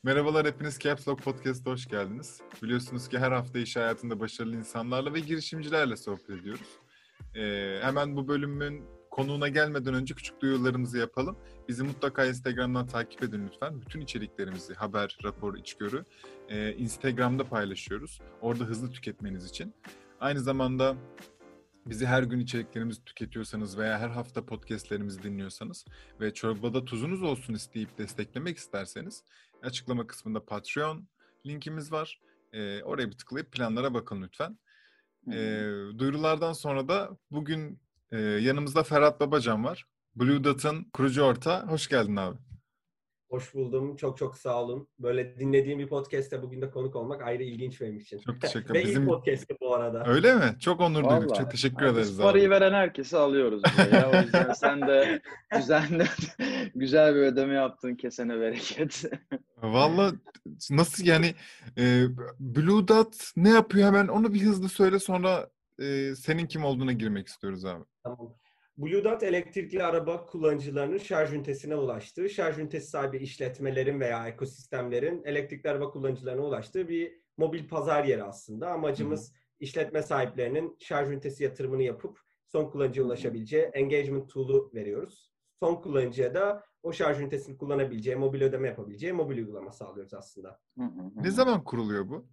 Merhabalar, hepiniz Caps Lock Podcast'a hoş geldiniz. Biliyorsunuz ki her hafta iş hayatında başarılı insanlarla ve girişimcilerle sohbet ediyoruz. Hemen bu bölümün konuğuna gelmeden önce küçük duyurularımızı yapalım. Bizi mutlaka Instagram'dan takip edin lütfen. Bütün içeriklerimizi, haber, rapor, içgörü Instagram'da paylaşıyoruz. Orada hızlı tüketmeniz için. Aynı zamanda bizi her gün içeriklerimizi tüketiyorsanız veya her hafta podcastlerimizi dinliyorsanız ve çorbada tuzunuz olsun isteyip desteklemek isterseniz açıklama kısmında Patreon linkimiz var. Oraya bir tıklayıp planlara bakın lütfen. Duyurulardan sonra da bugün yanımızda Ferhat Babacan var. Blue Dot'ın kurucu ortağı. Hoş geldin abi. Hoş buldum. Çok çok sağ olun. Böyle dinlediğim bir podcast'te bugün de konuk olmak ayrı ilginç benim için. Çok teşekkür Ve ederim. ilk podcast'ı bu arada. Öyle mi? Çok onur duyduk. Vallahi, Çok teşekkür biz ederiz parayı abi. veren herkese alıyoruz buraya. O yüzden sen de güzel bir ödeme yaptın, kesene bereket. Vallahi nasıl yani Blue Dot ne yapıyor, hemen onu bir hızlı söyle, sonra senin kim olduğuna girmek istiyoruz abi. Tamam. Blue Dot elektrikli araba kullanıcılarının şarj ünitesine ulaştığı, şarj ünitesi sahibi işletmelerin veya ekosistemlerin elektrikli araba kullanıcılarına ulaştığı bir mobil pazar yeri aslında. Amacımız işletme sahiplerinin şarj ünitesi yatırımını yapıp son kullanıcıya ulaşabileceği engagement tool'u veriyoruz. Son kullanıcıya da o şarj ünitesini kullanabileceği, mobil ödeme yapabileceği mobil uygulama sağlıyoruz aslında. Ne zaman kuruluyor bu?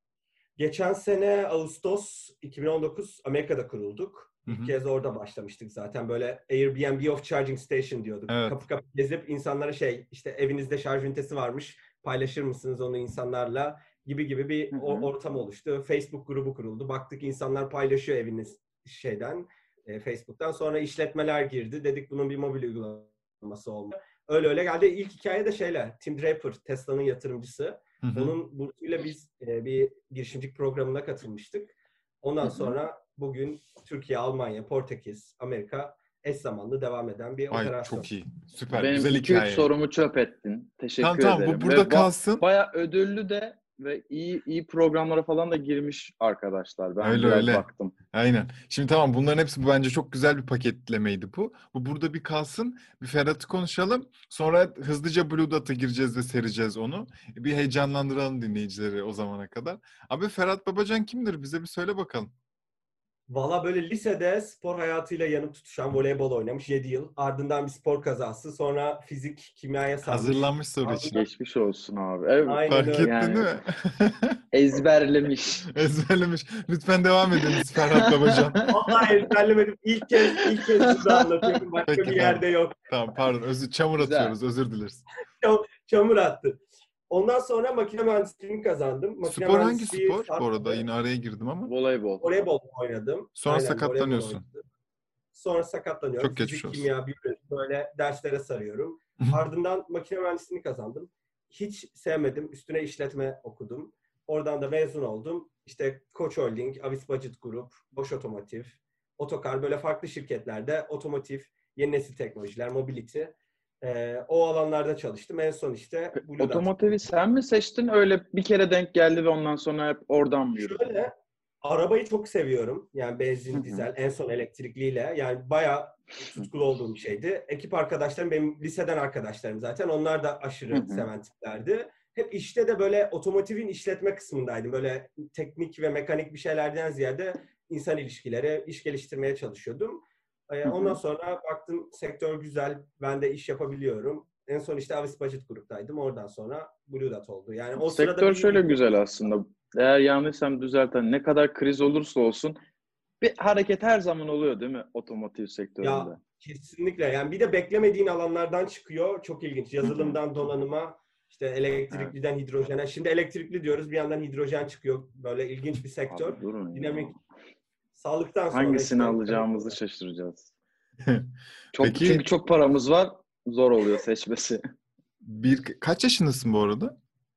Geçen sene Ağustos 2019 Amerika'da kurulduk. İlk kez orada başlamıştık zaten. Böyle Airbnb of Charging Station diyorduk. Evet. Kapı kapı gezip insanlara işte evinizde şarj ünitesi varmış, paylaşır mısınız onu insanlarla gibi bir ortam oluştu. Facebook grubu kuruldu. Baktık insanlar paylaşıyor eviniz Facebook'tan. Sonra işletmeler girdi. Dedik bunun bir mobil uygulaması olmalı. Öyle geldi. İlk hikaye de Tim Draper, Tesla'nın yatırımcısı. Onun bursuyla biz bir girişimcilik programına katılmıştık. Ondan sonra bugün Türkiye, Almanya, Portekiz, Amerika eş zamanlı devam eden bir operasyon. Çok iyi. Süper. Benim güzel 2-3 hikaye. sorumu çöp ettin. Teşekkür Tamam, ederim. bu burada kalsın. Bayağı ödüllü de ve iyi programlara falan da girmiş arkadaşlar. Ben biraz baktım. Aynen. Şimdi tamam, bunların hepsi bence çok güzel bir paketlemeydi bu. Bu burada bir kalsın. Bir Ferhat'ı konuşalım. Sonra hızlıca Blue Dot'a gireceğiz ve sereceğiz onu. Bir heyecanlandıralım dinleyicileri o zamana kadar. Abi, Ferhat Babacan kimdir? Bize bir söyle bakalım. Valla böyle lisede spor hayatıyla yanıp tutuşan, voleybol oynamış 7 yıl. Ardından bir spor kazası. Sonra fizik, kimyaya sarmış. Hazırlanmış soru için. Geçmiş olsun abi. Evet, Aynen Fark ettin değil mi? Ezberlemiş. Ezberlemiş. Lütfen devam ediniz Ferhat Babacan. Vallahi ezberlemedim. İlk kez burada anlatıyorum. Başka Peki, bir yerde yok. Tamam, pardon. Çamur Güzel. atıyoruz. Özür dileriz. Çamur attı. Ondan sonra makine mühendisliğini kazandım. Makine Spor hangi mühendisliği spor? Bu arada yine araya girdim ama. Voleybol. Voleybol oynadım. Sonra Aynen, sakatlanıyorsun. voleybol oynadım. Sonra sakatlanıyorum. Çok geçmiş Fizik, olsun. kimya, biyoloji böyle derslere sarıyorum. Ardından makine mühendisliğini kazandım. Hiç sevmedim. Üstüne işletme okudum. Oradan da mezun oldum. İşte Koç Holding, Avis Budget Group, Bosch Otomotiv, Otokar, böyle farklı şirketlerde otomotiv, yeni nesil teknolojiler, mobility, o alanlarda çalıştım. En son işte Blue Dot. Otomotivi sen mi seçtin? Öyle bir kere denk geldi ve ondan sonra hep oradan mı yürüdün? Şöyle, arabayı çok seviyorum. Yani benzin, dizel, en son elektrikliyle. Yani bayağı tutkulu olduğum bir şeydi. Ekip arkadaşlarım, benim liseden arkadaşlarım zaten. Onlar da aşırı seven tiplerdi. Hep işte de böyle otomotivin işletme kısmındaydım. Böyle teknik ve mekanik bir şeylerden ziyade insan ilişkileri, iş geliştirmeye çalışıyordum. Ondan sonra baktım sektör güzel, ben de iş yapabiliyorum. En son işte Avis Budget Group'taydım. Oradan sonra Blue Dot oldu. Yani o Sektör sırada şöyle güzel aslında. Eğer yanlışsam düzelten, ne kadar kriz olursa olsun bir hareket her zaman oluyor değil mi otomotiv sektöründe? Ya kesinlikle. Yani bir de beklemediğin alanlardan çıkıyor. Çok ilginç. Yazılımdan donanıma, işte elektrikliden hidrojene. Şimdi elektrikli diyoruz. Bir yandan hidrojen çıkıyor. Böyle ilginç bir sektör. Abi, dinamik. Sağlıktan sonra hangisini işte, alacağımızı şaşıracağız. Peki, Çünkü çok paramız var. Zor oluyor seçmesi. Kaç yaşındasın bu arada?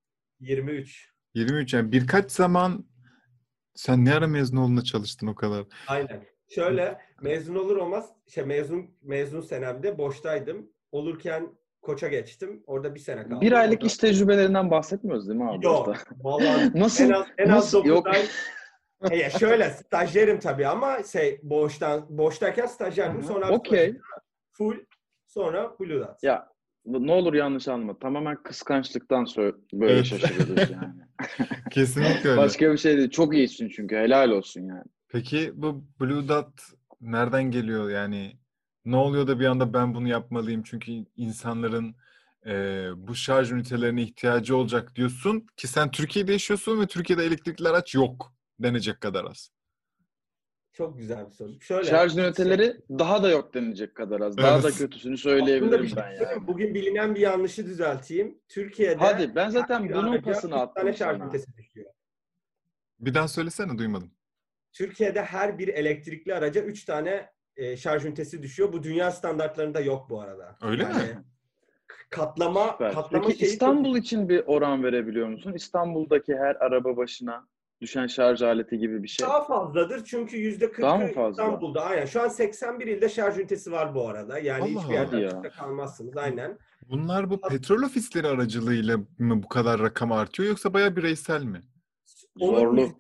23. 23, yani birkaç zaman sen ne ara mezun olduğunda çalıştın o kadar? Aynen. Şöyle mezun olur olmaz mezun senemde boştaydım. Olurken Koç'a geçtim. Orada bir sene kaldım. Bir aylık Orada... iş tecrübelerinden bahsetmiyoruz değil mi abi? Yok. Vallahi nasıl? en az Nasıl? 9 Yok. ay. Şöyle stajyerim tabii ama boştayken stajyerdim. Sonra Okey. full, sonra Blue Dot. Ya ne olur yanlış anlama. Tamamen kıskançlıktan böyle Evet. şaşırıyoruz yani. Kesinlikle öyle. Başka bir şey değil. Çok iyisin çünkü. Helal olsun yani. Peki bu Blue Dot nereden geliyor yani? Ne oluyor da bir anda ben bunu yapmalıyım çünkü insanların bu şarj ünitelerine ihtiyacı olacak diyorsun ki sen Türkiye'de yaşıyorsun ve Türkiye'de elektrikli araç yok denecek kadar az. Çok güzel bir soru. Şöyle Şarj üniteleri daha da yok denilecek kadar az. Daha da Evet. kötüsünü aslında bir söyleyebilirim şey ben söyleyeyim yani. mi? Bugün bilinen bir yanlışı düzelteyim. Türkiye'de Hadi ben her zaten bir bunun araca pasını 3 tane attım şarj sana. ünitesi düşüyor. Bir daha söylesene, duymadım. Türkiye'de her bir elektrikli araca 3 tane şarj ünitesi düşüyor. Bu dünya standartlarında yok bu arada. Öyle mi? Yani katlama Süper. Peki şeyi çok İstanbul için bir oran verebiliyor musun? İstanbul'daki her araba başına düşen şarj aleti gibi bir şey. daha fazladır çünkü Daha mı %40'ı fazla? İstanbul'da. Aynen. Şu an 81 ilde şarj ünitesi var bu arada. Yani Allah hiçbir yerde Hadi Allah. ya. açıkta kalmazsınız. Aynen. Bunlar bu petrol ofisleri aracılığıyla mı bu kadar rakam artıyor yoksa bayağı bireysel mi? Onun Zorlu.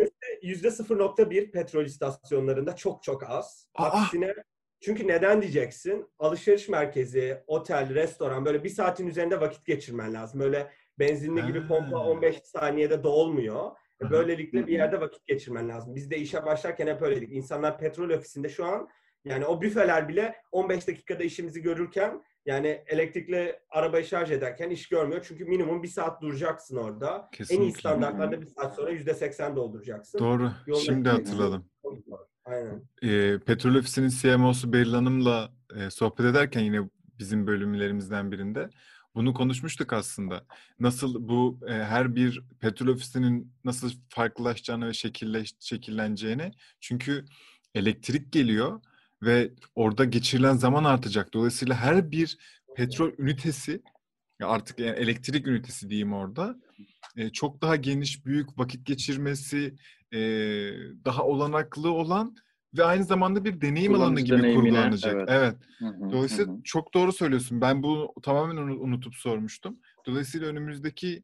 %0.1 petrol istasyonlarında çok çok az. Aa! Aksine çünkü neden diyeceksin? Alışveriş merkezi, otel, restoran böyle bir saatin üzerinde vakit geçirmen lazım. Böyle benzinli gibi pompa Ha. 15 saniyede dolmuyor. Hı hı. Böylelikle bir yerde vakit geçirmen lazım. Biz de işe başlarken hep öyleydik. İnsanlar petrol ofisinde şu an yani o büfeler bile 15 dakikada işimizi görürken yani elektrikli arabayı şarj ederken iş görmüyor. Çünkü minimum bir saat duracaksın orada. En iyi Kesinlikle. standartlarda bir saat sonra %80 dolduracaksın. Doğru. Yoluna Şimdi gideceksin. hatırladım. Aynen. Petrol Ofisi'nin CMO'su Beril Hanım'la sohbet ederken yine bizim bölümlerimizden birinde bunu konuşmuştuk aslında. Nasıl bu her bir petrol ofisinin nasıl farklılaşacağını ve şekilleneceğini. Çünkü elektrik geliyor ve orada geçirilen zaman artacak. Dolayısıyla her bir petrol ünitesi, ya artık yani elektrik ünitesi diyeyim orada, çok daha geniş, büyük vakit geçirmesi, daha olanaklı olan ve aynı zamanda bir deneyim alanı Kullanıcı gibi deneyimine kurgulanacak. evet. Evet. Hı hı, Dolayısıyla hı. çok doğru söylüyorsun. Ben bunu tamamen unutup sormuştum. Dolayısıyla önümüzdeki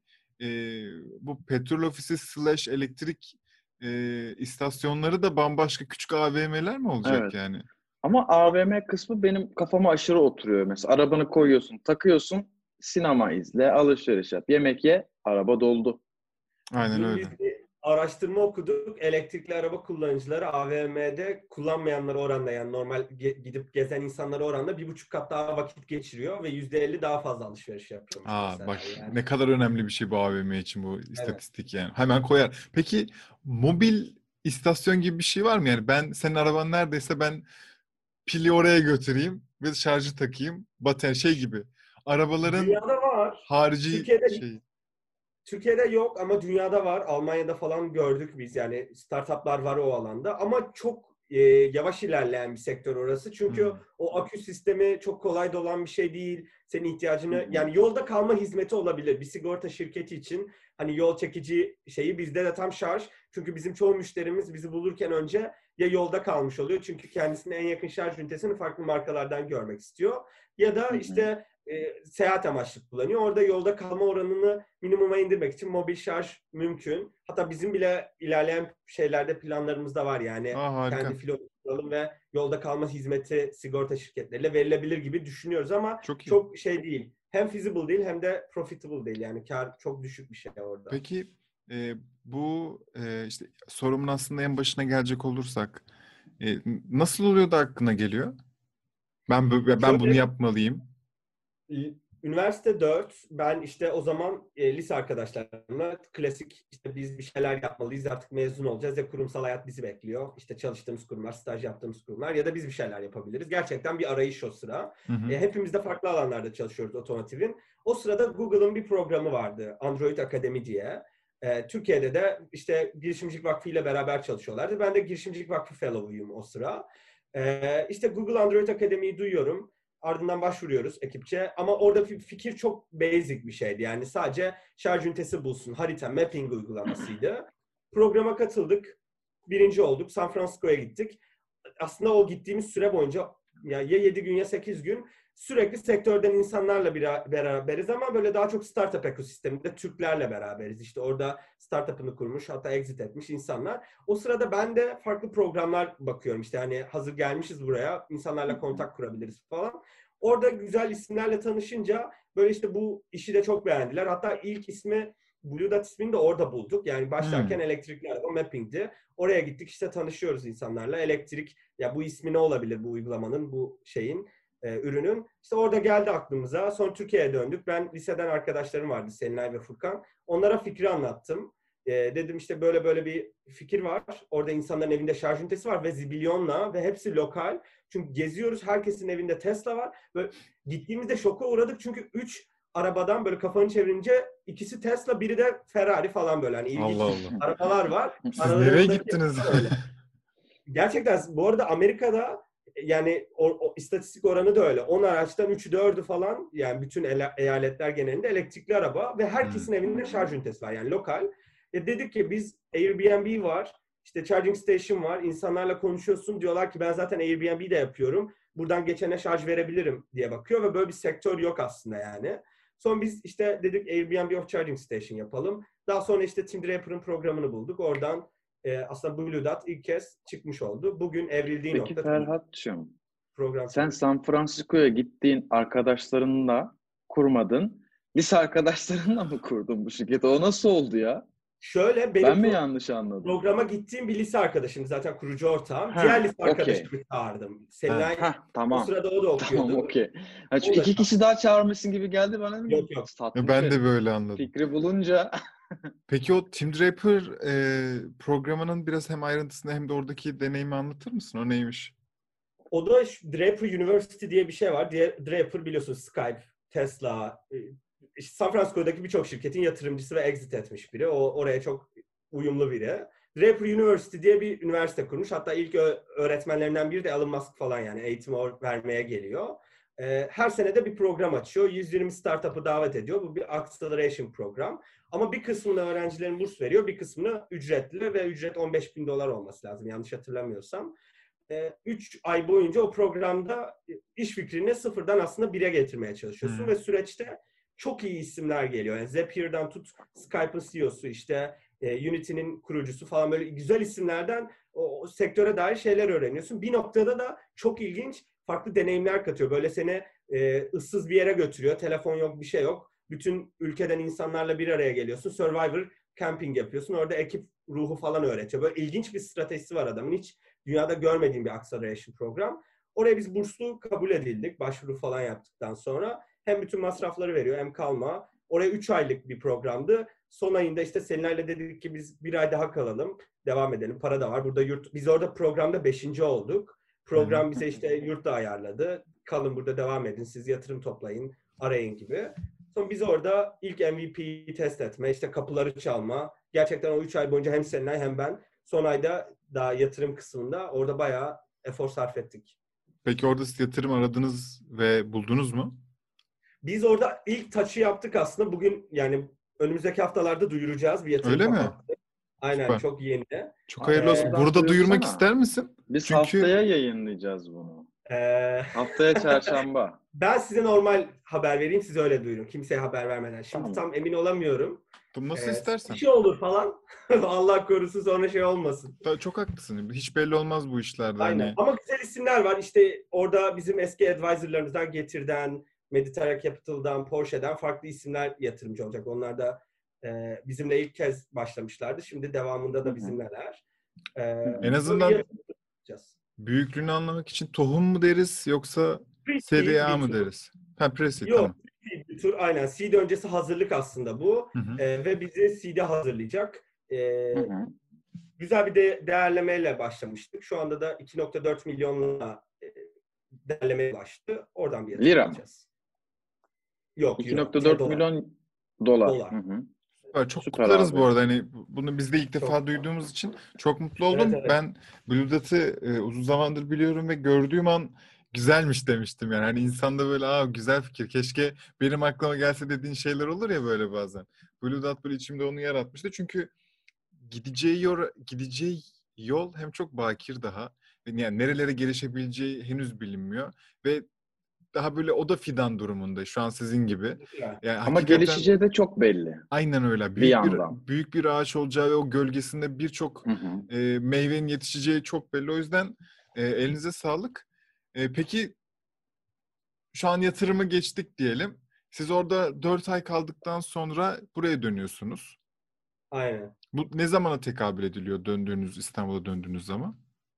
bu petrol ofisi / elektrik istasyonları da bambaşka küçük AVM'ler mi olacak Evet. yani? Ama AVM kısmı benim kafama aşırı oturuyor. Mesela arabanı koyuyorsun, takıyorsun, sinema izle, alışveriş yap, yemek ye, araba doldu. Aynen Dün öyle. biz bir araştırma okuduk. Elektrikli araba kullanıcıları AVM'de kullanmayanlara oranla yani normal gidip gezen insanlara oranla 1,5 kat daha vakit geçiriyor ve %50 daha fazla alışveriş yapıyormuş Aa, mesela bak yani. ne kadar önemli bir şey bu AVM için bu Evet. istatistik yani. Hemen koyar. Peki mobil istasyon gibi bir şey var mı? Yani ben senin araban neredeyse ben pili oraya götüreyim ve şarjı takayım. Batarya şey gibi. Arabaların Dünyada var. harici Türkiye'de şey. Türkiye'de yok ama dünyada var. Almanya'da falan gördük biz. Yani startuplar var o alanda. Ama çok yavaş ilerleyen bir sektör orası. Çünkü o akü sistemi çok kolay dolan bir şey değil. Senin ihtiyacını yani yolda kalma hizmeti olabilir. Bir sigorta şirketi için hani yol çekici şeyi bizde de tam şarj. Çünkü bizim çoğu müşterimiz bizi bulurken önce ya yolda kalmış oluyor. Çünkü kendisine en yakın şarj ünitesini farklı markalardan görmek istiyor. Ya da işte seyahat amaçlı kullanıyor. Orada yolda kalma oranını minimuma indirmek için mobil şarj mümkün. Hatta bizim bile ilerleyen şeylerde planlarımız da var yani. Aa, harika. Kendi filomuz kuralım ve yolda kalma hizmeti sigorta şirketleriyle verilebilir gibi düşünüyoruz ama Çok iyi. çok şey değil. Hem feasible değil hem de profitable değil. Yani kar çok düşük bir şey orada. Peki bu işte sorumun aslında en başına gelecek olursak nasıl oluyor da aklına geliyor? Ben bunu Şöyle yapmalıyım. Üniversite 4, ben işte o zaman lise arkadaşlarımla klasik işte biz bir şeyler yapmalıyız artık mezun olacağız ya kurumsal hayat bizi bekliyor. İşte çalıştığımız kurumlar, staj yaptığımız kurumlar ya da biz bir şeyler yapabiliriz. Gerçekten bir arayış o sıra. Hı hı. Hepimiz de farklı alanlarda çalışıyoruz otomotivin. O sırada Google'ın bir programı vardı Android Akademi diye. Türkiye'de de işte Girişimcilik Vakfı ile beraber çalışıyorlardı. Ben de Girişimcilik Vakfı Fellow'uyum o sıra. İşte Google Android Akademi'yi duyuyorum. Ardından başvuruyoruz ekipçe. Ama orada fikir çok basic bir şeydi. Yani sadece şarj ünitesi bulsun. Harita, mapping uygulamasıydı. Programa katıldık. Birinci olduk. San Francisco'ya gittik. Aslında o gittiğimiz süre boyunca ya 7 gün ya 8 gün sürekli sektörden insanlarla beraberiz ama böyle daha çok startup ekosisteminde Türklerle beraberiz. İşte orada startup'ını kurmuş, hatta exit etmiş insanlar. O sırada ben de farklı programlar bakıyorum. İşte hani hazır gelmişiz buraya, insanlarla kontak kurabiliriz falan. Orada güzel isimlerle tanışınca böyle işte bu işi de çok beğendiler. Hatta ilk ismi Blue Dot ismini de orada bulduk. Yani başlarken elektrikli araba mapping'di. Oraya gittik, işte tanışıyoruz insanlarla. Elektrik, ya bu ismi ne olabilir bu uygulamanın, bu şeyin, ürünün. İşte orada geldi aklımıza. Sonra Türkiye'ye döndük. Ben liseden arkadaşlarım vardı, Selinay ve Furkan. Onlara fikri anlattım. Dedim işte böyle böyle bir fikir var. Orada insanların evinde şarj ünitesi var ve zibilyonla ve hepsi lokal. Çünkü geziyoruz, herkesin evinde Tesla var. Böyle gittiğimizde şoka uğradık çünkü 3 arabadan böyle kafanı çevirince ikisi Tesla, biri de Ferrari falan, böyle hani ilginç Allah Allah. arabalar var. Siz nereye gittiniz? Gerçekten bu arada Amerika'da yani o istatistik oranı da öyle. 10 araçtan 3'ü 4'ü falan, yani bütün eyaletler genelinde elektrikli araba ve herkesin evinde şarj ünitesi var, yani lokal. Dedik ki biz, Airbnb var, işte charging station var, insanlarla konuşuyorsun, diyorlar ki ben zaten Airbnb'de yapıyorum, buradan geçene şarj verebilirim diye bakıyor ve böyle bir sektör yok aslında yani. Sonra biz işte dedik Airbnb of Charging Station yapalım. Daha sonra işte Tim Draper'ın programını bulduk. Oradan aslında Blue Dot ilk kez çıkmış oldu. Bugün evrildiği Peki nokta Ferhat'cığım, program. sen San Francisco'ya gittiğin arkadaşlarınla kurmadın. Lise arkadaşlarınla mı kurdun bu şirketi? O nasıl oldu ya? Şöyle, Ben mi benim yanlış anladım? programa gittiğim bir lise arkadaşım, zaten kurucu ortağım. Ha, Diğer lise okey. arkadaşımı çağırdım. Selinay o Tamam. sırada o da okuyordu. Tamam, okey. Ha, çünkü O da iki kişi daha çağırmışsın gibi geldi bana. Yok. Ya Satmış ben de herif. böyle anladım. Fikri bulunca Peki o Tim Draper programının biraz hem ayrıntısını hem de oradaki deneyimi anlatır mısın? O neymiş? O da Draper University diye bir şey var. Draper biliyorsunuz Skype, Tesla, işte San Francisco'daki birçok şirketin yatırımcısı ve exit etmiş biri. Oraya çok uyumlu biri. Draper University diye bir üniversite kurmuş. Hatta ilk öğretmenlerinden biri de Elon Musk falan, yani eğitim vermeye geliyor. Her sene de bir program açıyor. 120 startup'ı davet ediyor. Bu bir acceleration program. Ama bir kısmını öğrencilerin burs veriyor, bir kısmını ücretli ve ücret $15,000 olması lazım yanlış hatırlamıyorsam. 3 ay boyunca o programda iş fikrini sıfırdan aslında 1'e getirmeye çalışıyorsun ve süreçte çok iyi isimler geliyor. Yani Zapier'dan tut, Skype'ın CEO'su, işte Unity'nin kurucusu falan, böyle güzel isimlerden o sektöre dair şeyler öğreniyorsun. Bir noktada da çok ilginç farklı deneyimler katıyor. Böyle seni ıssız bir yere götürüyor. Telefon yok, bir şey yok. Bütün ülkeden insanlarla bir araya geliyorsun. Survivor camping yapıyorsun. Orada ekip ruhu falan öğretiyor. Böyle ilginç bir stratejisi var adamın. Hiç dünyada görmediğim bir acceleration program. Oraya biz burslu kabul edildik. Başvuru falan yaptıktan sonra. Hem bütün masrafları veriyor hem kalma. Oraya 3 aylık bir programdı. Son ayında işte Selinay'la dedik ki biz bir ay daha kalalım. Devam edelim. Para da var. Burada biz orada programda 5. olduk. Program bize işte yurt da ayarladı. Kalın burada, devam edin. Siz yatırım toplayın, arayın gibi. Sonra biz orada ilk MVP'yi test etme, işte kapıları çalma. Gerçekten o 3 ay boyunca hem Selinay hem ben, son ayda daha yatırım kısmında orada bayağı efor sarf ettik. Peki orada siz yatırım aradınız ve buldunuz mu? Biz orada ilk touch'ı yaptık aslında. Bugün, yani önümüzdeki haftalarda duyuracağız. Bir yatırım Öyle mi? kapattık. Aynen, Süper. çok yeni. Çok hayırlı olsun. Buradan Burada duyurmak duyursana. ister misin? biz Çünkü haftaya yayınlayacağız bunu. Ee, Haftaya çarşamba. Ben size normal haber vereyim, siz öyle duyurun. Kimseye haber vermeden. Şimdi Tamam. tam emin olamıyorum. nasıl istersen. Bir şey olur falan. Allah korusun sonra şey olmasın. Çok haklısın. Hiç belli olmaz bu işlerde. Aynen. Hani. Ama güzel isimler var. İşte orada bizim eski advisorlarımızdan, Getir'den, Mediterra Capital'dan, Porsche'den farklı isimler yatırımcı olacak. Onlar da bizimle ilk kez başlamışlardı. Şimdi devamında da bizimleler. En azından büyüklüğünü anlamak için tohum mu deriz yoksa seviye A mı deriz? Pre-seed, yok, tamam. Bir tur, aynen. Seed öncesi hazırlık aslında bu. Ve bizi Seed'e hazırlayacak. Güzel bir değerlemeyle başlamıştık. Şu anda da 2.4 milyonla değerlemeye ulaştı. Oradan bir Lira mı? Yok, 2.4 milyon dolar. Çok Süper kutlarız abi. bu arada. Hani bunu biz de ilk defa duyduğumuz için çok mutlu oldum. Evet. Ben Blue Dot'ı uzun zamandır biliyorum ve gördüğüm an güzelmiş demiştim yani. Hani insanda böyle güzel fikir. Keşke benim aklıma gelse dediğin şeyler olur ya böyle bazen. Blue Dot böyle içimde onu yaratmıştı. Çünkü gideceği yol hem çok bakir daha yani nerelere gelişebileceği henüz bilinmiyor ve daha böyle o da fidan durumunda şu an sizin gibi. Yani. Yani Ama hakikaten gelişeceği de çok belli aynen öyle. bir yandan. Büyük bir ağaç olacağı ve o gölgesinde birçok Hı hı. meyvenin yetişeceği çok belli. O yüzden elinize sağlık. Peki şu an yatırımı geçtik diyelim. Siz orada 4 ay kaldıktan sonra buraya dönüyorsunuz. Aynen. Bu ne zamana tekabül ediliyor İstanbul'a döndüğünüz zaman?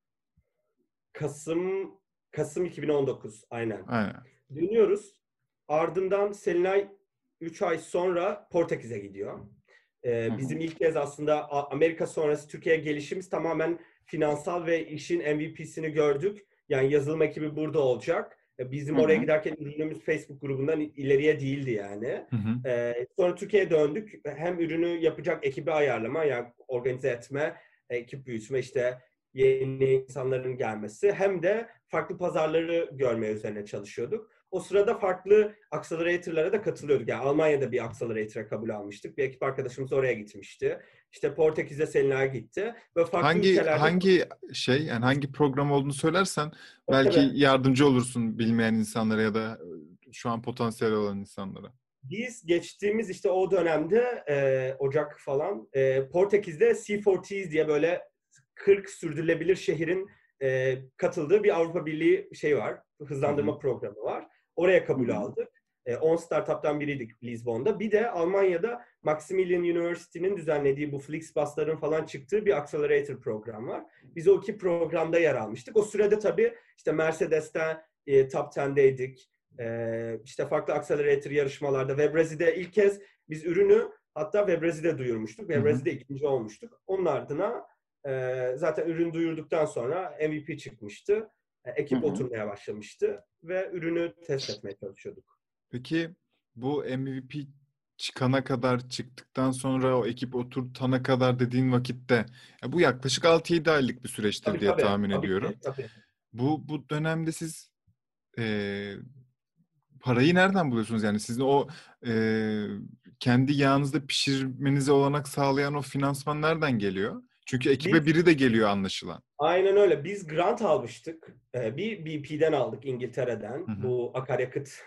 Kasım 2019 aynen. Aynen. Dönüyoruz. Ardından Selinay 3 ay sonra Portekiz'e gidiyor. Bizim ilk kez aslında Amerika sonrası Türkiye'ye gelişimiz tamamen finansal ve işin MVP'sini gördük. Yani yazılım ekibi burada olacak. Bizim oraya giderken ürünümüz Facebook grubundan ileriye değildi yani. Hı hı. Sonra Türkiye'ye döndük. Hem ürünü yapacak ekibi ayarlama, yani organize etme, ekip büyütme, işte yeni insanların gelmesi, hem de farklı pazarları görmeye üzerine çalışıyorduk. O sırada farklı accelerator'lara da katılıyorduk. Yani Almanya'da bir accelerator'a kabul almıştık. Bir ekip arkadaşımız oraya gitmişti. İşte Portekiz'e Selinay gitti. Ve farklı ülkelerde... Hangi program olduğunu söylersen belki Tabii. yardımcı olursun bilmeyen insanlara ya da şu an potansiyel olan insanlara. Biz geçtiğimiz işte o dönemde Ocak falan Portekiz'de C4Ts diye böyle 40 sürdürülebilir şehrin katıldığı bir Avrupa Birliği var. Hızlandırma programı var. Oraya kabul aldık. 10 startup'tan biriydik Lizbon'da. Bir de Almanya'da Maximilian University'nin düzenlediği bu Flixbus'ların falan çıktığı bir accelerator program var. Biz o iki programda yer almıştık. O sürede tabii işte Mercedes'ten Top 10'deydik. İşte farklı accelerator yarışmalarda. Webrazi'de ilk kez biz ürünü hatta Webrazi'de duyurmuştuk. Webrazi'de ikinci olmuştuk. Onun ardına zaten ürün duyurduktan sonra MVP çıkmıştı. Ekip oturmaya başlamıştı ve ürünü test etmeye çalışıyorduk. Peki bu MVP çıktıktan sonra o ekip oturtana kadar dediğin vakitte bu yaklaşık 6-7 aylık bir süreçtir diye tahmin ediyorum. Tabii. Bu dönemde siz parayı nereden buluyorsunuz? Yani sizin o kendi yağınızda pişirmenize olanak sağlayan o finansman nereden geliyor? Çünkü ekibe biri de geliyor anlaşılan. Aynen öyle. Biz grant almıştık. Bir BP'den aldık İngiltere'den. Bu akaryakıt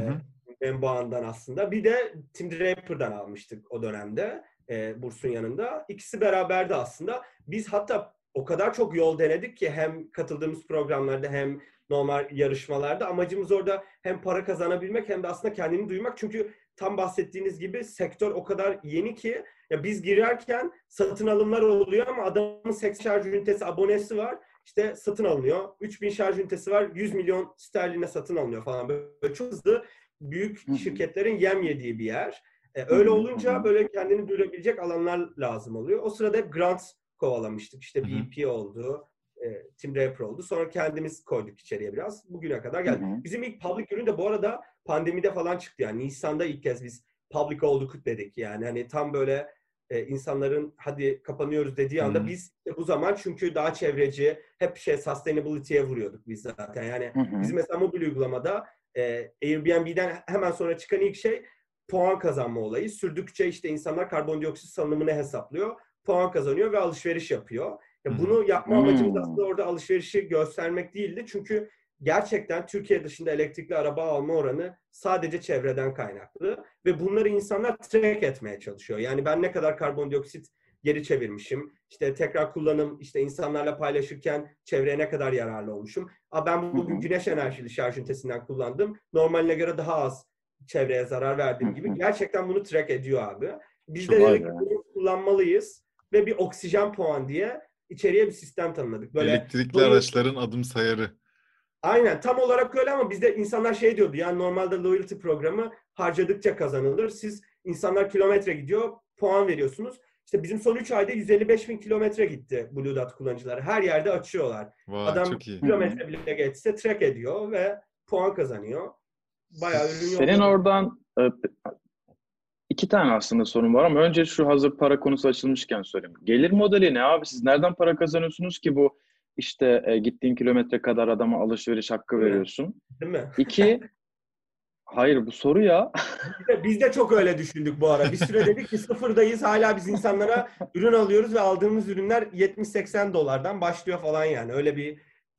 menbaından aslında. Bir de Tim Draper'dan almıştık o dönemde bursun yanında. İkisi beraberdi aslında. Biz hatta o kadar çok yol denedik ki hem katıldığımız programlarda hem normal yarışmalarda. Amacımız orada hem para kazanabilmek hem de aslında kendini duymak. Çünkü tam bahsettiğiniz gibi sektör o kadar yeni ki ya biz girerken satın alımlar oluyor ama adamın 80 şarj ünitesi abonesi var. İşte satın alınıyor. 3000 şarj ünitesi var. 100 milyon sterline satın alınıyor falan. Böyle çok hızlı büyük şirketlerin yem yediği bir yer. Öyle olunca böyle kendini duyurabilecek alanlar lazım oluyor. O sırada hep grants kovalamıştık. İşte BP oldu, Tim Draper oldu. Sonra kendimiz koyduk içeriye biraz. Bugüne kadar geldi. Bizim ilk public ürün de bu arada pandemide falan çıktı. Yani Nisan'da ilk kez biz public olduk dedik. Yani hani tam böyle insanların hadi kapanıyoruz dediği anda biz bu zaman çünkü daha çevreci, hep sustainability'ye vuruyorduk biz zaten. Yani biz mesela mobil uygulamada Airbnb'den hemen sonra çıkan ilk şey puan kazanma olayı. Sürdükçe işte insanlar karbondioksit salınımını hesaplıyor. Puan kazanıyor ve alışveriş yapıyor. Bunu yapma amacımız aslında orada alışverişi göstermek değildi. Çünkü gerçekten Türkiye dışında elektrikli araba alma oranı sadece çevreden kaynaklı. Ve bunları insanlar track etmeye çalışıyor. Yani ben ne kadar karbondioksit geri çevirmişim, işte tekrar kullanım, işte insanlarla paylaşırken çevreye ne kadar yararlı olmuşum. Ben bugün güneş enerjili şarj ünitesinden kullandım. Normaline göre daha az çevreye zarar verdiğim gibi. Gerçekten bunu track ediyor abi. Biz de dedik ki bunu kullanmalıyız ve bir oksijen puan diye içeriye bir sistem tanımladık. Böyle elektrikli araçların adım sayarı. Aynen tam olarak öyle ama bizde insanlar diyordu yani normalde loyalty programı harcadıkça kazanılır. Siz insanlar kilometre gidiyor, puan veriyorsunuz. İşte bizim son 3 ayda 155.000 kilometre gitti Blue Dot kullanıcıları. Her yerde açıyorlar. Vay, adam çok iyi. kilometre bile geçse track ediyor ve puan kazanıyor. Bayağı ürün Senin oradan 2 tane aslında sorun var ama önce şu hazır para konusu açılmışken sorayım. Gelir modeli ne abi? Siz nereden para kazanıyorsunuz ki bu işte gittiğin kilometre kadar adama alışveriş hakkı veriyorsun? Değil mi? 2, hayır bu soru ya. Biz de çok öyle düşündük bu ara. Bir süre dedik ki sıfırdayız. Hala biz insanlara ürün alıyoruz ve aldığımız ürünler $70-80 başlıyor falan yani. Öyle bir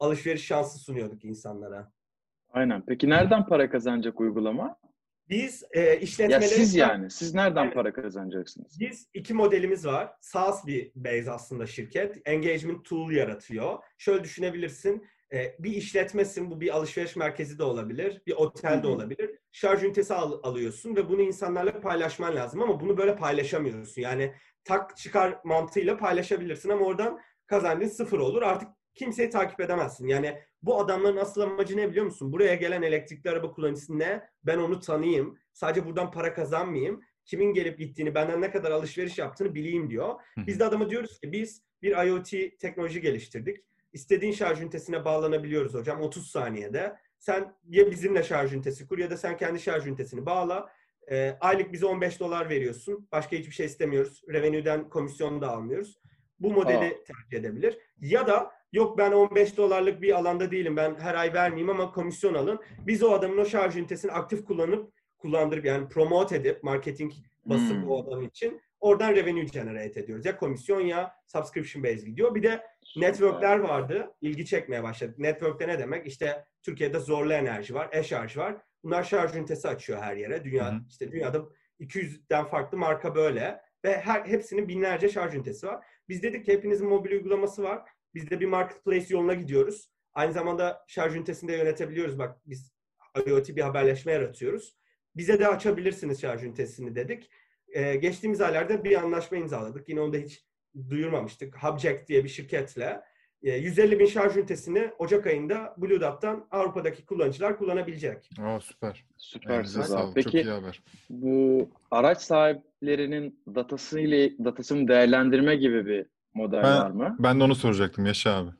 alışveriş şansı sunuyorduk insanlara. Aynen. Peki nereden para kazanacak uygulama? Biz Ya işletmeleri... siz yani. Siz nereden Aynen. para kazanacaksınız? Biz iki modelimiz var. SaaS bir base aslında şirket. Engagement tool yaratıyor. Şöyle düşünebilirsin. Bir işletmesin, bu bir alışveriş merkezi de olabilir, bir otel de olabilir. Şarj ünitesi alıyorsun ve bunu insanlarla paylaşman lazım ama bunu böyle paylaşamıyorsun. Yani tak çıkar mantığıyla paylaşabilirsin ama oradan kazancın sıfır olur. Artık kimseyi takip edemezsin. Yani bu adamların asıl amacı ne biliyor musun? Buraya gelen elektrikli araba kullanıcısı ne? Ben onu tanıyayım. Sadece buradan para kazanmayayım. Kimin gelip gittiğini, benden ne kadar alışveriş yaptığını bileyim diyor. Biz de adama diyoruz ki biz bir IoT teknoloji geliştirdik. İstediğin şarj ünitesine bağlanabiliyoruz hocam 30 saniyede. Sen ya bizimle şarj ünitesi kur ya da sen kendi şarj ünitesini bağla. Aylık bize $15 veriyorsun. Başka hiçbir şey istemiyoruz. Revenue'den komisyonu da almıyoruz. Bu modeli tercih edebilir. Ya da yok ben $15'lık bir alanda değilim. Ben her ay vermeyeyim ama komisyon alın. Biz o adamın o şarj ünitesini aktif kullandırıp yani promote edip marketing basıp o adam için oradan revenue generate ediyoruz. Ya komisyon ya subscription based gidiyor. Bir de networkler vardı. İlgi çekmeye başladık. Network'te ne demek? İşte Türkiye'de Zorlu Enerji var, e-şarj var. Bunlar şarj ünitesi açıyor her yere. İşte dünyada 200'den farklı marka böyle ve hepsinin binlerce şarj ünitesi var. Biz dedik ki hepinizin mobil uygulaması var. Biz de bir marketplace yoluna gidiyoruz. Aynı zamanda şarj ünitesini de yönetebiliyoruz. Bak biz IoT bir haberleşme yaratıyoruz. Bize de açabilirsiniz şarj ünitesini dedik. Geçtiğimiz aylarda bir anlaşma imzaladık. Yine onu da hiç duyurmamıştık. Hubject diye bir şirketle. 150 bin şarj ünitesini Ocak ayında Blue Dot'tan Avrupa'daki kullanıcılar kullanabilecek. Süper. Süpersiniz abi. Peki, çok iyi Peki haber. bu araç sahiplerinin datasını değerlendirme gibi bir model var mı? Ben de onu soracaktım Yaşa abi.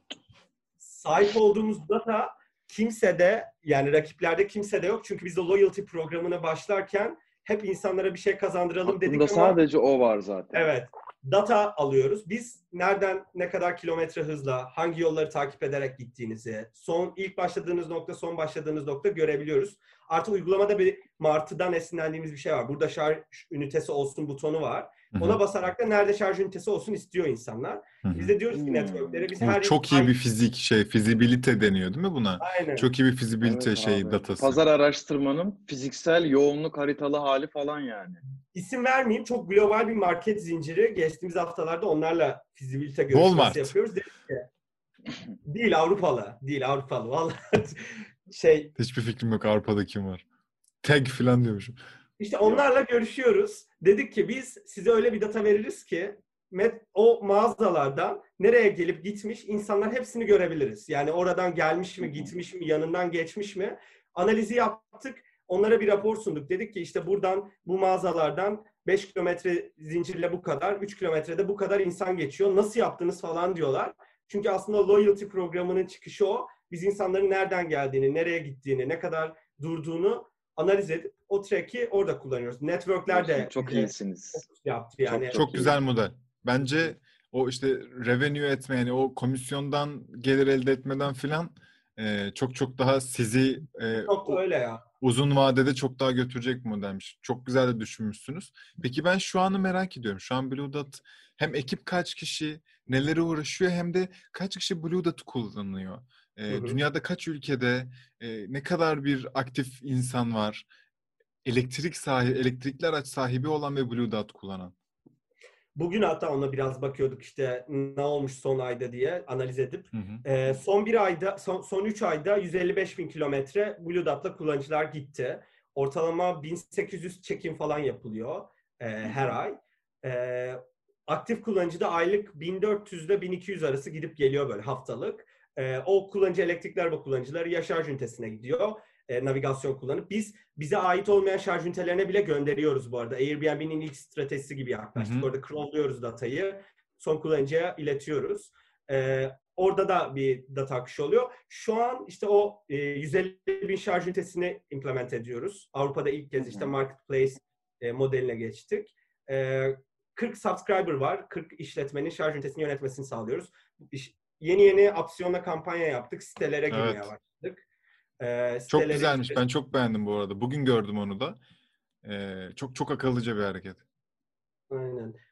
Sahip olduğumuz data kimsede yani rakiplerde kimsede yok. Çünkü biz de loyalty programına başlarken hep insanlara bir şey kazandıralım dedik Aklımda ama sadece o var zaten. evet. Data alıyoruz. Biz nereden ne kadar kilometre hızla, hangi yolları takip ederek gittiğinizi, ilk başladığınız nokta, son başladığınız nokta görebiliyoruz. Artı uygulamada bir martıdan esinlendiğimiz bir şey var. Burada şarj ünitesi olsun butonu var. Ona basarak da nerede şarj ünitesi olsun istiyor insanlar. Biz de diyoruz ki networklere biz çok iyi bir fizibilite deniyor değil mi buna? Aynen. Çok iyi bir fizibilite Evet, datası. Pazar araştırmanın fiziksel yoğunluk haritalı hali falan yani. İsim vermeyeyim. Çok global bir market zinciri. Geçtiğimiz haftalarda onlarla fizibilite görüşmesi yapıyoruz. Değil Avrupalı. Vallahi Hiçbir fikrim yok Avrupa'da kim var. Tag falan diyormuşum. İşte onlarla görüşüyoruz. Dedik ki biz size öyle bir data veririz ki o mağazalardan nereye gelip gitmiş insanlar hepsini görebiliriz. Yani oradan gelmiş mi, gitmiş mi, yanından geçmiş mi? Analizi yaptık. Onlara bir rapor sunduk. Dedik ki işte buradan bu mağazalardan 5 kilometre zincirle bu kadar, 3 kilometrede bu kadar insan geçiyor. Nasıl yaptınız falan diyorlar. Çünkü aslında loyalty programının çıkışı o. Biz insanların nereden geldiğini, nereye gittiğini, ne kadar durduğunu analiz edip o track'i orada kullanıyoruz. Network'ler de çok iyisiniz. Yaptı yani. Çok güzel model. Bence o işte revenue etme yani o komisyondan gelir elde etmeden filan çok daha sizi çok öyle ya. Uzun vadede çok daha götürecek bir modelmiş. Çok güzel de düşünmüşsünüz. Peki ben şu anı merak ediyorum. Şu an Blue Dot hem ekip kaç kişi, nelere uğraşıyor hem de kaç kişi Blue Dot'u kullanıyor? Dünyada kaç ülkede ne kadar bir aktif insan var? Elektrikli araç sahibi olan ve Blue Dot kullanan. Bugün hatta ona biraz bakıyorduk işte ne olmuş son ayda diye analiz edip. Son 3 ayda 155 bin kilometre Blue Dot'la kullanıcılar gitti. Ortalama 1800 check-in falan yapılıyor her ay. Aktif kullanıcı da aylık 1400 ile 1200 arası gidip geliyor böyle haftalık. O kullanıcı elektrikli araba kullanıcıları ya şarj ünitesine gidiyor. Navigasyon kullanıp bize ait olmayan şarj ünitelerine bile gönderiyoruz bu arada. Airbnb'nin ilk stratejisi gibi yaklaştık. Orada crawlluyoruz datayı. Son kullanıcıya iletiyoruz. Orada da bir data akışı oluyor. Şu an işte o 150 bin şarj ünitesini implement ediyoruz. Avrupa'da ilk kez işte marketplace modeline geçtik. 40 subscriber var. 40 işletmenin şarj ünitesini yönetmesini sağlıyoruz. Yeni opsiyonla kampanya yaptık. Sitelere girmeye başladık. Çok güzelmiş. Ben çok beğendim bu arada. Bugün gördüm onu da. Çok akıllıca bir hareket. Aynen.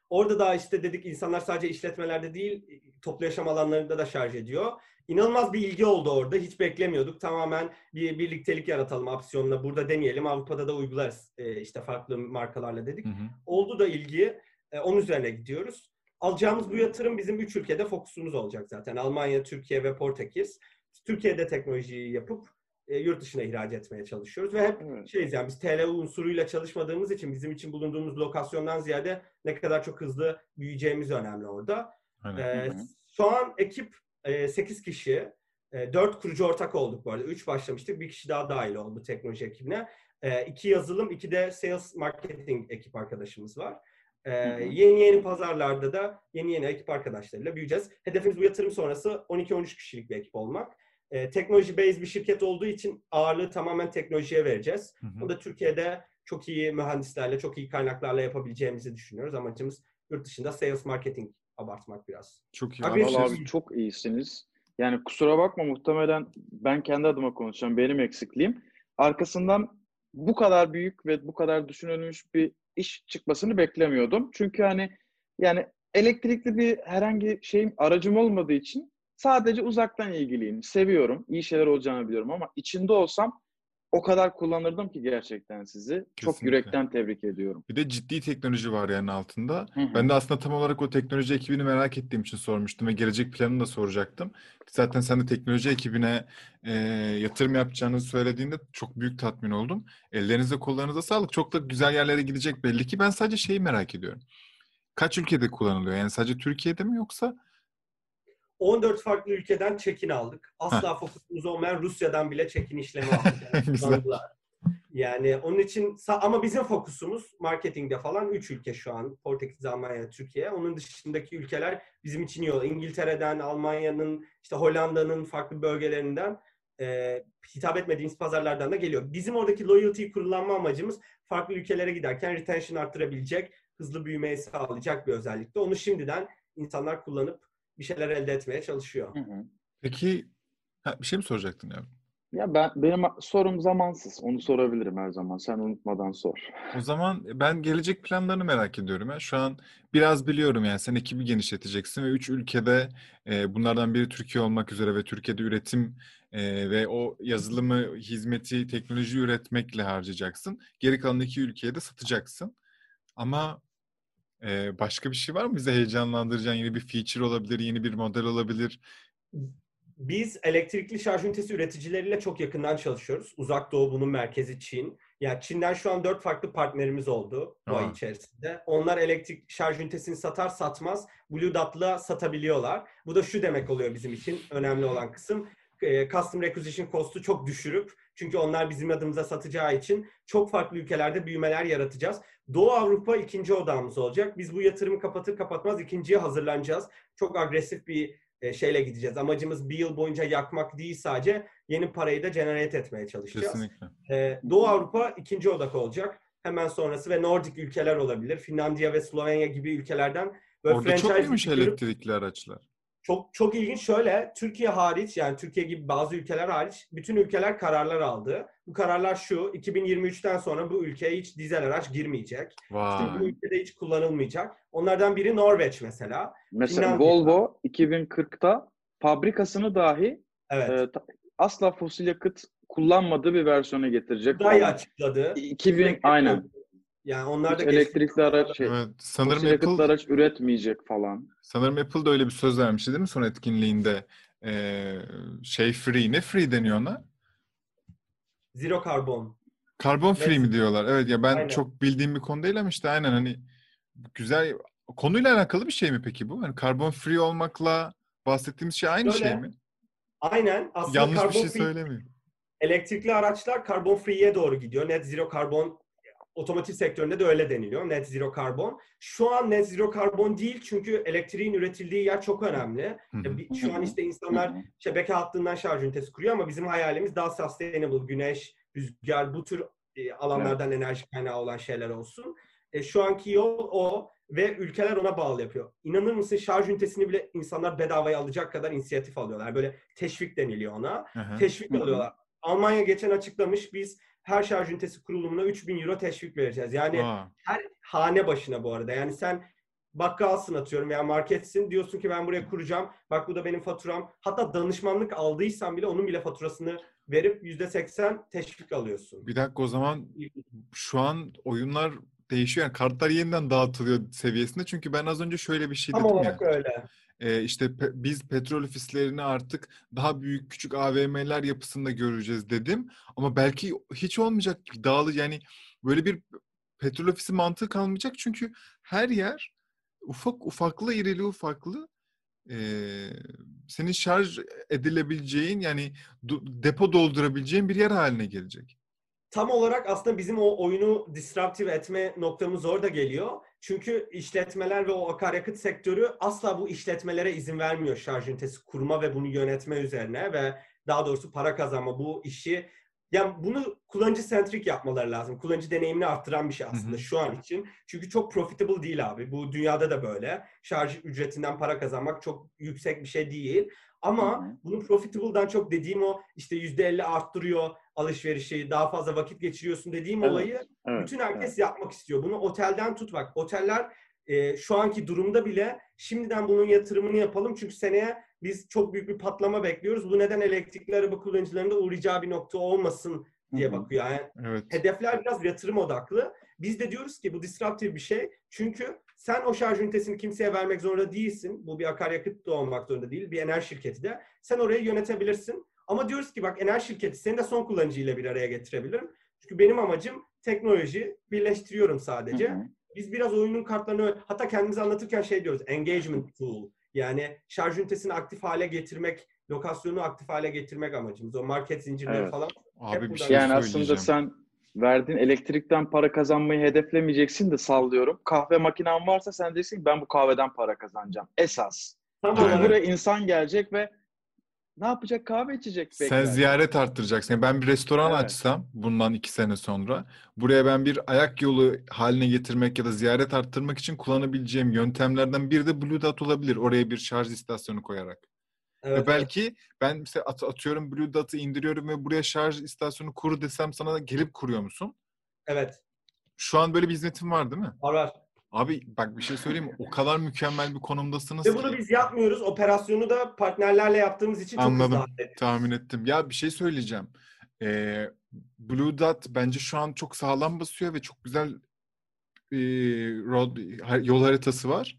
Orada da işte dedik insanlar sadece işletmelerde değil, toplu yaşam alanlarında da şarj ediyor. İnanılmaz bir ilgi oldu orada. Hiç beklemiyorduk. Tamamen bir birliktelik yaratalım opsiyonla. Burada deneyelim. Avrupa'da da uygularız işte farklı markalarla dedik. Hı hı. Oldu da ilgi. Onun üzerine gidiyoruz. Alacağımız bu yatırım bizim 3 ülkede fokusumuz olacak zaten. Almanya, Türkiye ve Portekiz. Türkiye'de teknolojiyi yapıp yurt dışına ihraç etmeye çalışıyoruz. Ve hep şeyiz yani biz TL unsuruyla çalışmadığımız için bizim için bulunduğumuz lokasyondan ziyade ne kadar çok hızlı büyüyeceğimiz önemli orada. Şu an ekip 8 kişi. 4 kurucu ortak olduk bu arada. 3 başlamıştık. Bir kişi daha dahil oldu teknoloji ekibine. 2 yazılım, 2 de sales marketing ekip arkadaşımız var. Yeni pazarlarda da yeni ekip arkadaşlarıyla büyüyeceğiz. Hedefimiz bu yatırım sonrası 12-13 kişilik bir ekip olmak. Teknoloji based bir şirket olduğu için ağırlığı tamamen teknolojiye vereceğiz. O da Türkiye'de çok iyi mühendislerle, çok iyi kaynaklarla yapabileceğimizi düşünüyoruz. Amacımız yurt dışında sales marketing abartmak biraz. Çok iyi. Vallahi abi çok iyisiniz. Yani kusura bakma, muhtemelen ben kendi adıma konuşacağım. Benim eksikliğim. Arkasından bu kadar büyük ve bu kadar düşünülmüş bir iş çıkmasını beklemiyordum. Çünkü hani yani elektrikli bir herhangi şeyim, aracım olmadığı için sadece uzaktan ilgiliyim. Seviyorum. İyi şeyler olacağını biliyorum ama içinde olsam o kadar kullanırdım ki gerçekten sizi. Kesinlikle. Çok yürekten tebrik ediyorum. Bir de ciddi teknoloji var yani altında. Hı. Ben de aslında tam olarak o teknoloji ekibini merak ettiğim için sormuştum ve gelecek planını da soracaktım. Zaten sen de teknoloji ekibine yatırım yapacağınızı söylediğinde çok büyük tatmin oldum. Ellerinize kollarınıza sağlık. Çok da güzel yerlere gidecek belli ki. Ben sadece şeyi merak ediyorum. Kaç ülkede kullanılıyor? Yani sadece Türkiye'de mi yoksa? 14 farklı ülkeden check-in aldık. Asla fokusumuz olmayan Rusya'dan bile check-in işlemi aldık. Güzel. Yani onun için ama bizim fokusumuz marketingde falan 3 ülke şu an. Portekiz, Almanya, Türkiye. Onun dışındaki ülkeler bizim için iyi. İngiltere'den, Almanya'nın, işte Hollanda'nın farklı bölgelerinden hitap etmediğimiz pazarlardan da geliyor. Bizim oradaki loyalty kullanma amacımız farklı ülkelere giderken retention arttırabilecek, hızlı büyümeyi sağlayacak bir özellikte. Onu şimdiden insanlar kullanıp bir şeyler elde etmeye çalışıyor. Peki bir şey mi soracaktın ya? Ya benim sorum zamansız. Onu sorabilirim her zaman. Sen unutmadan sor. O zaman ben gelecek planlarını merak ediyorum ya. Şu an biraz biliyorum yani sen ekibi genişleteceksin ve 3 ülkede bunlardan biri Türkiye olmak üzere ve Türkiye'de üretim ve o yazılımı, hizmeti, teknoloji üretmekle harcayacaksın. Geri kalan 2 ülkeye de satacaksın. Ama başka bir şey var mı bize heyecanlandıracağın? Yeni bir feature olabilir, yeni bir model olabilir. Biz elektrikli şarj ünitesi üreticileriyle çok yakından çalışıyoruz. Uzak Doğu bunun merkezi Çin. Yani Çin'den şu an 4 farklı partnerimiz oldu bu ay içerisinde. Onlar elektrik şarj ünitesini satar satmaz Blue Dot'la satabiliyorlar. Bu da şu demek oluyor bizim için önemli olan kısım. Customer Acquisition Cost'u çok düşürüp çünkü onlar bizim adımıza satacağı için çok farklı ülkelerde büyümeler yaratacağız. Doğu Avrupa ikinci odamız olacak. Biz bu yatırımı kapatır kapatmaz ikinciye hazırlanacağız. Çok agresif bir şeyle gideceğiz. Amacımız bir yıl boyunca yakmak değil sadece yeni parayı da generate etmeye çalışacağız. Kesinlikle. Doğu Avrupa ikinci odak olacak. Hemen sonrası ve Nordik ülkeler olabilir. Finlandiya ve Slovenya gibi ülkelerden. Böyle orada çok iyiymiş görüp, elektrikli araçlar. Çok ilginç. Şöyle Türkiye hariç yani Türkiye gibi bazı ülkeler hariç bütün ülkeler kararlar aldı. Bu kararlar şu 2023'ten sonra bu ülkeye hiç dizel araç girmeyecek. İşte bu ülkede hiç kullanılmayacak. Onlardan biri Norveç mesela. Mesela Finlandiya. Volvo 2040'ta fabrikasını dahi asla fosil yakıt kullanmadığı bir versiyona getirecek. Dahi açıkladı. 2000 aynen. Yani onlar da elektrikli araç sanırım fosil yakıtlı araç üretmeyecek falan. Sanırım Apple da öyle bir söz vermişti değil mi son etkinliğinde? Free. Ne free deniyor ona? Zero karbon. Karbon free mi diyorlar? Evet ya ben aynen. çok bildiğim bir konu değil ama işte aynen hani güzel. Konuyla alakalı bir şey mi peki bu? Hani karbon free olmakla bahsettiğimiz şey aynı şey mi? Aynen. Aslında yanlış karbon bir şey free, söylemiyor. Elektrikli araçlar karbon free'ye doğru gidiyor. Net zero karbon otomotiv sektöründe de öyle deniliyor. Net zero karbon. Şu an net zero karbon değil çünkü elektriğin üretildiği yer çok önemli. Şu an işte insanlar şebeke hattından şarj ünitesi kuruyor ama bizim hayalimiz daha sustainable, güneş, rüzgar bu tür alanlardan enerji kaynağı olan şeyler olsun. Şu anki yol o ve ülkeler ona bağlı yapıyor. İnanır mısın şarj ünitesini bile insanlar bedavaya alacak kadar inisiyatif alıyorlar. Böyle teşvik deniliyor ona. Teşvik alıyorlar. Almanya geçen açıklamış biz her şarj ünitesi kurulumuna 3.000 euro teşvik vereceğiz. Yani her hane başına bu arada. Yani sen bakkalsın atıyorum veya marketsin. Diyorsun ki ben buraya kuracağım. Bak bu da benim faturam. Hatta danışmanlık aldıysan bile onun bile faturasını verip %80 teşvik alıyorsun. Bir dakika, o zaman şu an oyunlar değişiyor. Yani kartlar yeniden dağıtılıyor seviyesinde. Çünkü ben az önce şöyle bir şey Tam dedim ya. olarak öyle. İşte biz petrol ofislerini artık daha büyük küçük AVM'ler yapısında göreceğiz dedim. Ama belki hiç olmayacak gibi yani böyle bir petrol ofisi mantığı kalmayacak. Çünkü her yer ufaklı irili ufaklı senin şarj edilebileceğin, yani depo doldurabileceğin bir yer haline gelecek. Tam olarak aslında bizim o oyunu disruptive etme noktamız orada geliyor. Çünkü işletmeler ve o akaryakıt sektörü asla bu işletmelere izin vermiyor şarj ünitesi kurma ve bunu yönetme üzerine ve daha doğrusu para kazanma bu işi. Yani bunu kullanıcı centric yapmaları lazım. Kullanıcı deneyimini arttıran bir şey aslında şu an için. Çünkü çok profitable değil abi. Bu dünyada da böyle. Şarj ücretinden para kazanmak çok yüksek bir şey değil. Ama bunun profitable'dan çok dediğim o işte %50 arttırıyor alışverişi, daha fazla vakit geçiriyorsun dediğim olayı bütün herkes yapmak istiyor. Bunu otelden tut bak. Oteller şu anki durumda bile şimdiden bunun yatırımını yapalım. Çünkü seneye biz çok büyük bir patlama bekliyoruz. Bu neden elektrikli araba kullanıcılarında uğrayacağı bir nokta olmasın diye bakıyor. Yani hedefler biraz yatırım odaklı. Biz de diyoruz ki bu disruptive bir şey. Çünkü sen o şarj ünitesini kimseye vermek zorunda değilsin. Bu bir akaryakıt da olmak zorunda değil. Bir enerji şirketi de. Sen orayı yönetebilirsin. Ama diyoruz ki bak enerji şirketi seni de son kullanıcıyla bir araya getirebilirim. Çünkü benim amacım teknoloji birleştiriyorum sadece. Biz biraz oyunun kartlarını hatta kendimize anlatırken şey diyoruz. Engagement tool. Yani şarj ünitesini aktif hale getirmek, lokasyonu aktif hale getirmek amacımız. O market zincirleri falan. Abi bir şey yani aslında sen verdiğin elektrikten para kazanmayı hedeflemeyeceksin de sallıyorum. Kahve makinen varsa sen diyeceksin ki ben bu kahveden para kazanacağım. Esas. Çünkü buraya insan gelecek ve ne yapacak? Kahve içecek. Sen ziyaret arttıracaksın. Yani ben bir restoran açsam bundan 2 sene sonra buraya ben bir ayak yolu haline getirmek ya da ziyaret arttırmak için kullanabileceğim yöntemlerden biri de Blue Dot olabilir. Oraya bir şarj istasyonu koyarak. Ve belki ben mesela atıyorum Blue Dot'ı indiriyorum ve buraya şarj istasyonu kur desem sana gelip kuruyor musun? Evet. Şu an böyle bir hizmetin var değil mi? Var. Abi bak bir şey söyleyeyim mi? O kadar mükemmel bir konumdasınız ve bunu biz yapmıyoruz. Operasyonu da partnerlerle yaptığımız için çok hızlı hallediyoruz. Tahmin ettim. Ya bir şey söyleyeceğim. Blue Dot bence şu an çok sağlam basıyor ve çok güzel yol haritası var.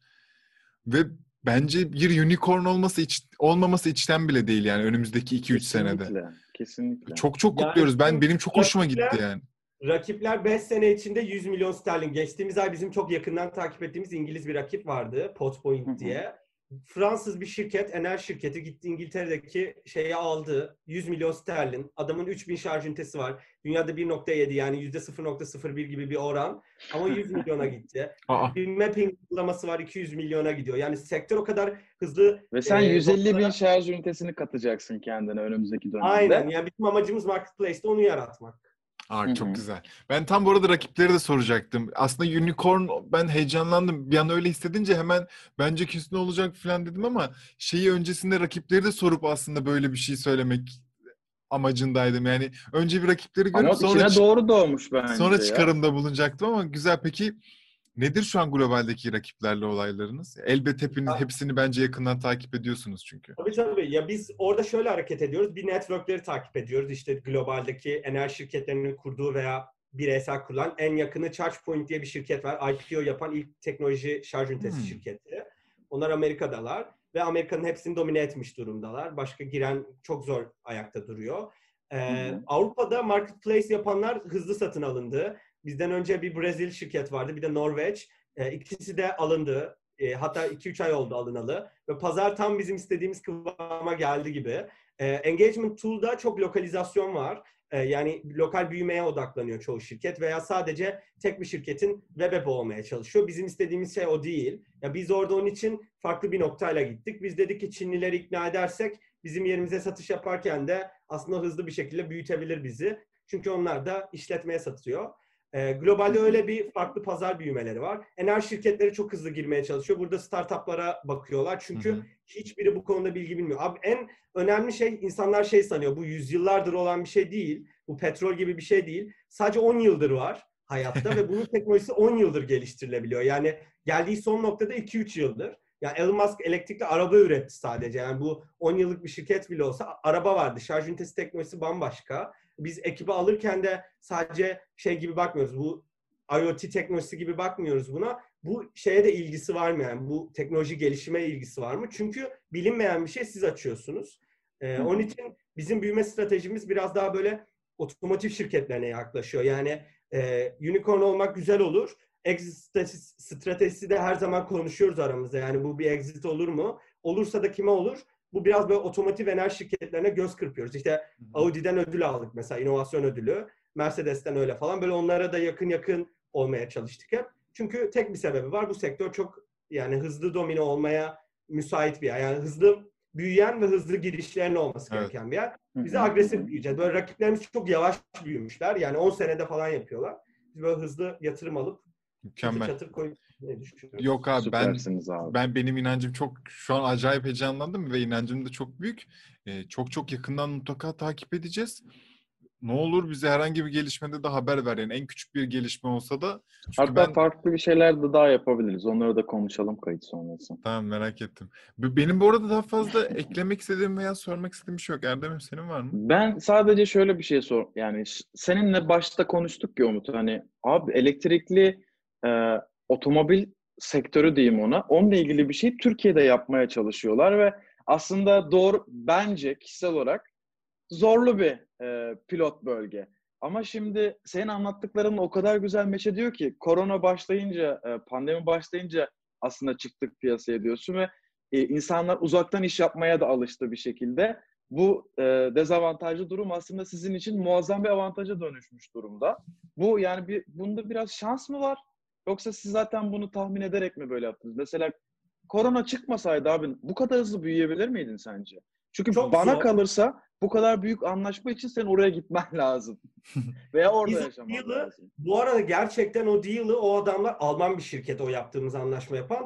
Ve bence bir unicorn olmaması içten bile değil yani önümüzdeki 2-3 senede. Kesinlikle. Çok kutluyoruz. Benim çok hoşuma gitti yani. Rakipler 5 sene içinde 100 milyon sterlin. Geçtiğimiz ay bizim çok yakından takip ettiğimiz İngiliz bir rakip vardı. Potpoint diye. Fransız bir şirket, enerji şirketi gitti İngiltere'deki şeyi aldı. 100 milyon sterlin. Adamın 3000 şarj ünitesi var. Dünyada 1.7 yani %0.01 gibi bir oran. Ama 100 milyona gitti. Bir mapping uygulaması var 200 milyona gidiyor. Yani sektör o kadar hızlı. Ve sen 150 bin şarj ünitesini katacaksın kendine önümüzdeki dönemde. Aynen. Yani bizim amacımız marketplace'te onu yaratmak. Çok güzel. Ben tam bu arada rakipleri de soracaktım. Aslında unicorn ben heyecanlandım. Bir an öyle hissedince hemen bence kesin olacak falan dedim ama öncesinde rakipleri de sorup aslında böyle bir şey söylemek amacındaydım. Yani önce bir rakipleri görüp sonra doğru doğmuş bence. Sonra çıkarımda bulunacaktım ama güzel. Peki nedir şu an globaldeki rakiplerle olaylarınız? Elbette hepsini bence yakından takip ediyorsunuz çünkü. Tabii. Ya biz orada şöyle hareket ediyoruz. Bir networkleri takip ediyoruz. İşte globaldeki enerji şirketlerinin kurduğu veya bireysel kurulan en yakını ChargePoint diye bir şirket var. IPO yapan ilk teknoloji şarj ünitesi şirketi. Onlar Amerika'dalar ve Amerika'nın hepsini domine etmiş durumdalar. Başka giren çok zor ayakta duruyor. Avrupa'da marketplace yapanlar hızlı satın alındı. Bizden önce bir Brezilya şirket vardı, bir de Norveç. İkisi de alındı. Hatta 2-3 ay oldu alınalı. Ve pazar tam bizim istediğimiz kıvama geldi gibi. Engagement Tool'da çok lokalizasyon var. Yani lokal büyümeye odaklanıyor çoğu şirket veya sadece tek bir şirketin web app olmaya çalışıyor. Bizim istediğimiz şey o değil. Ya biz orada onun için farklı bir noktayla gittik. Biz dedik ki Çinlileri ikna edersek bizim yerimize satış yaparken de aslında hızlı bir şekilde büyütebilir bizi. Çünkü onlar da işletmeye satıyor. Globalde öyle bir farklı pazar büyümeleri var. Enerji şirketleri çok hızlı girmeye çalışıyor. Burada startuplara bakıyorlar. Çünkü hiçbiri bu konuda bilgi bilmiyor. Abi en önemli şey insanlar sanıyor. Bu yüzyıllardır olan bir şey değil. Bu petrol gibi bir şey değil. Sadece 10 yıldır var. hayatta ve bunun teknolojisi 10 yıldır geliştirilebiliyor. Yani geldiği son noktada 2-3 yıldır. Yani Elon Musk elektrikli araba üretti sadece. Yani bu 10 yıllık bir şirket bile olsa araba vardı. Şarj ünitesi teknolojisi bambaşka. Biz ekibi alırken de sadece şey gibi bakmıyoruz. Bu IoT teknolojisi gibi bakmıyoruz buna. Bu şeye de ilgisi var mı yani? Bu teknoloji gelişime ilgisi var mı? Çünkü bilinmeyen bir şey siz açıyorsunuz. Onun için bizim büyüme stratejimiz biraz daha böyle otomotiv şirketlerine yaklaşıyor. Yani unicorn olmak güzel olur. Exit stratejisi de her zaman konuşuyoruz aramızda. Yani bu bir exit olur mu? Olursa da kime olur? Bu biraz böyle otomotiv enerji şirketlerine göz kırpıyoruz. İşte Audi'den ödül aldık mesela, inovasyon ödülü. Mercedes'ten öyle falan. Böyle onlara da yakın olmaya çalıştık hep. Çünkü tek bir sebebi var. Bu sektör çok yani hızlı domine olmaya müsait bir yer. Yani hızlı büyüyen ve hızlı girişlerin olması gereken bir yer. Biz de agresif büyüyeceğiz. Böyle rakiplerimiz çok yavaş büyümüşler. Yani 10 senede falan yapıyorlar. Biz böyle hızlı yatırım alıp Mükemmel. çatır koyup ne düşünüyoruz? Yok abi Süpersiniz abi. benim inancım çok şu an acayip heyecanlandım ve inancım da çok büyük. Çok yakından mutlaka takip edeceğiz. Ne olur bize herhangi bir gelişmede de haber ver. Yani en küçük bir gelişme olsa da. Çünkü Hatta farklı bir şeyler de daha yapabiliriz. Onları da konuşalım kayıt sonrası. Tamam, merak ettim. Benim bu arada daha fazla eklemek istediğim veya sormak istediğim bir şey yok. Erdem'im, senin var mı? Ben sadece şöyle bir şey yani seninle başta konuştuk ki Umut, hani abi elektrikli otomobil sektörü diyeyim ona. Onunla ilgili bir şey Türkiye'de yapmaya çalışıyorlar ve aslında doğru, bence kişisel olarak zorlu bir pilot bölge. Ama şimdi senin anlattıkların o kadar güzel meç ediyor ki korona başlayınca, pandemi başlayınca aslında çıktık piyasaya diyorsun ve insanlar uzaktan iş yapmaya da alıştı bir şekilde. Bu dezavantajlı durum aslında sizin için muazzam bir avantaja dönüşmüş durumda. Bu yani bunda biraz şans mı var? Yoksa siz zaten bunu tahmin ederek mi böyle yaptınız? Mesela korona çıkmasaydı abi bu kadar hızlı büyüyebilir miydin sence? Çünkü Çok bana zor. kalırsa bu kadar büyük anlaşma için senin oraya gitmen lazım. Veya orada Biz yaşaman deal'ı, lazım. bu arada gerçekten o deal'ı o adamlar, Alman bir şirket o yaptığımız anlaşma yapan,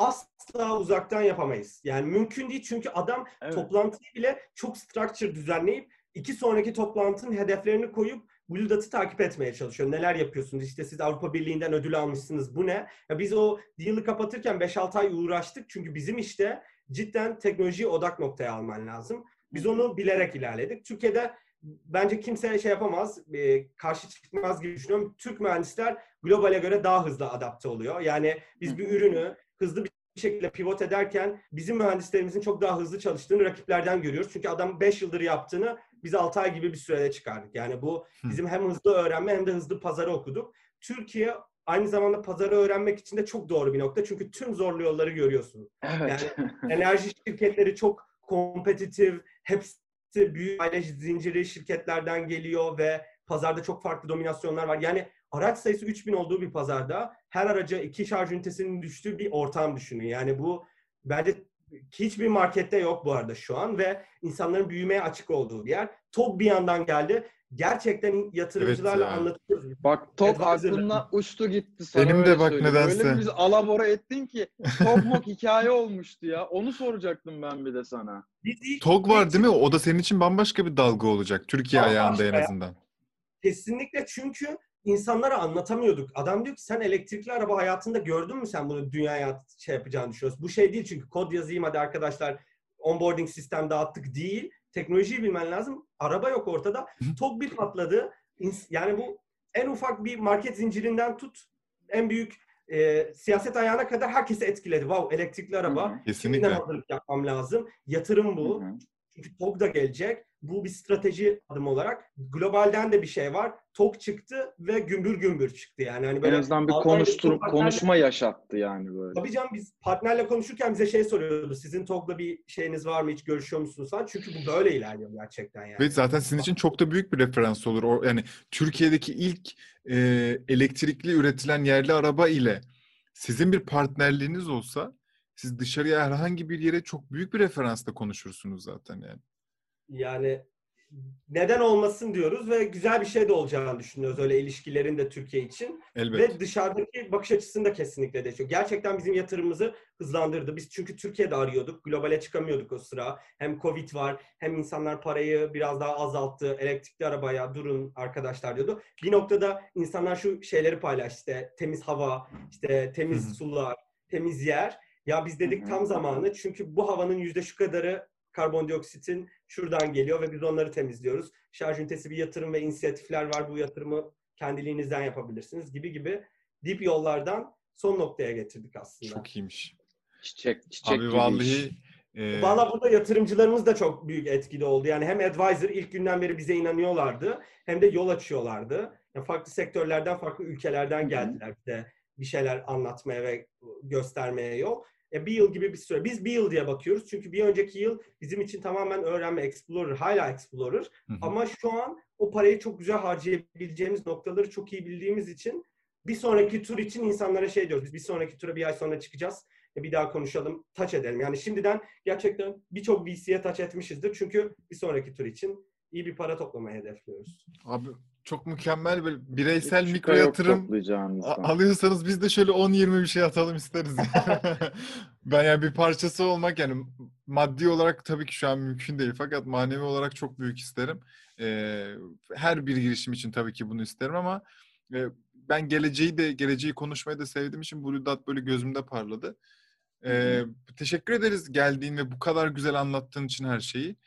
asla uzaktan yapamayız. Yani mümkün değil çünkü adam Evet. toplantıyı bile çok structure düzenleyip 2 sonraki toplantının hedeflerini koyup Blue Dot'ı takip etmeye çalışıyor. Neler yapıyorsunuz? İşte siz Avrupa Birliği'nden ödül almışsınız. Bu ne? Ya biz o deal'ı kapatırken 5-6 ay uğraştık. Çünkü bizim işte cidden teknolojiyi odak noktaya alman lazım. Biz onu bilerek ilerledik. Türkiye'de bence kimse şey yapamaz, karşı çıkmaz gibi düşünüyorum. Türk mühendisler globale göre daha hızlı adapte oluyor. Yani biz bir ürünü hızlı bir şekilde pivot ederken bizim mühendislerimizin çok daha hızlı çalıştığını rakiplerden görüyoruz. Çünkü adam 5 yıldır yaptığını biz 6 ay gibi bir sürede çıkardık. Yani bu bizim hem hızlı öğrenme hem de hızlı pazarı okuduk. Türkiye aynı zamanda pazarı öğrenmek için de çok doğru bir nokta. Çünkü tüm zorlu yolları görüyorsunuz. Evet. Yani enerji şirketleri çok kompetitif, hepsi büyük aile zinciri şirketlerden geliyor ve pazarda çok farklı dominasyonlar var. Yani araç sayısı 3000 olduğu bir pazarda her araca 2 şarj ünitesinin düştüğü bir ortam düşünün. Yani bu bence hiçbir markette yok bu arada şu an ve insanların büyümeye açık olduğu bir yer. TOG bir yandan geldi. Gerçekten yatırımcılarla Evet ya. anlatıyoruz. Bak TOG Advisor'la. aklımdan uçtu gitti, sana Benim öyle de bak söyleyeyim. Öyle nedense. bir bizi alabora ettin ki TOG hikaye olmuştu ya. Onu soracaktım ben bir de sana. Biz TOG var değil mi? O da senin için bambaşka bir dalga olacak. Türkiye ayağında en bambaşka ya. azından. Kesinlikle, çünkü insanlara anlatamıyorduk. Adam diyor ki sen elektrikli araba hayatında gördün mü, sen bunu dünyaya şey yapacağını düşünüyorsun. Bu şey değil çünkü kod yazayım hadi arkadaşlar onboarding sistem dağıttık değil. Teknolojiyi bilmen lazım. Araba yok ortada. TOG bir patladı. Yani bu en ufak bir market zincirinden tut en büyük siyaset ayağına kadar herkesi etkiledi. Wow, elektrikli araba. Şimdiden Kesinlikle. hazırlık yapmam lazım. Yatırım bu. Çünkü TOG da gelecek. Bu bir strateji adım olarak. Globalden de bir şey var. TOG çıktı ve gümbür gümbür çıktı. Yani hani En böyle azından bir konuşma yaşattı yani böyle. Tabii canım, biz partnerle konuşurken bize şey soruyordu. Sizin TOG'la bir şeyiniz var mı? Hiç görüşüyor musunuz falan. Çünkü bu böyle ilerliyor gerçekten yani. Ve zaten sizin için çok da büyük bir referans olur. Yani Türkiye'deki ilk elektrikli üretilen yerli araba ile sizin bir partnerliğiniz olsa siz dışarıya herhangi bir yere çok büyük bir referansla konuşursunuz zaten yani. Yani neden olmasın diyoruz ve güzel bir şey de olacağını düşünüyoruz öyle ilişkilerin de Türkiye için. Elbette. Ve dışarıdaki bakış açısını da kesinlikle değişiyor. Gerçekten bizim yatırımımızı hızlandırdı. Biz çünkü Türkiye'de arıyorduk. Globale çıkamıyorduk o sıra. Hem Covid var, hem insanlar parayı biraz daha azalttı. Elektrikli arabaya durun arkadaşlar diyordu. Bir noktada insanlar şu şeyleri paylaştı. İşte temiz hava, işte temiz sular, temiz yer. Ya biz dedik tam zamanı. Çünkü bu havanın yüzde şu kadarı karbondioksitin şuradan geliyor ve biz onları temizliyoruz. Şarj ünitesi bir yatırım ve inisiyatifler var. Bu yatırımı kendiliğinizden yapabilirsiniz gibi dip yollardan son noktaya getirdik aslında. Çok iyiymiş. Çiçek Abi gibi vallahi iş. Valla burada yatırımcılarımız da çok büyük etkili oldu. Yani hem advisor ilk günden beri bize inanıyorlardı hem de yol açıyorlardı. Yani farklı sektörlerden, farklı ülkelerden geldiler bize bir şeyler anlatmaya ve göstermeye yol. Bir yıl gibi bir süre. Biz bir yıl diye bakıyoruz. Çünkü bir önceki yıl bizim için tamamen öğrenme, Explorer, hala Explorer. Ama şu an o parayı çok güzel harcayabileceğimiz noktaları çok iyi bildiğimiz için bir sonraki tur için insanlara şey diyoruz. Biz bir sonraki tura bir ay sonra çıkacağız. Bir daha konuşalım, touch edelim. Yani şimdiden gerçekten birçok VC'ye touch etmişizdir. Çünkü bir sonraki tur için iyi bir para toplamayı hedefliyoruz. Abi çok mükemmel bir bireysel Hiç mikro şüphe yok yatırım toplayacağınızdan. alıyorsanız biz de şöyle 10-20 bir şey atalım isteriz. Ben yani bir parçası olmak, yani maddi olarak tabii ki şu an mümkün değil fakat manevi olarak çok büyük isterim. Her bir girişim için tabii ki bunu isterim ama ben geleceği konuşmayı da sevdiğim için Blue Dot böyle gözümde parladı. Teşekkür ederiz geldiğin ve bu kadar güzel anlattığın için her şeyi.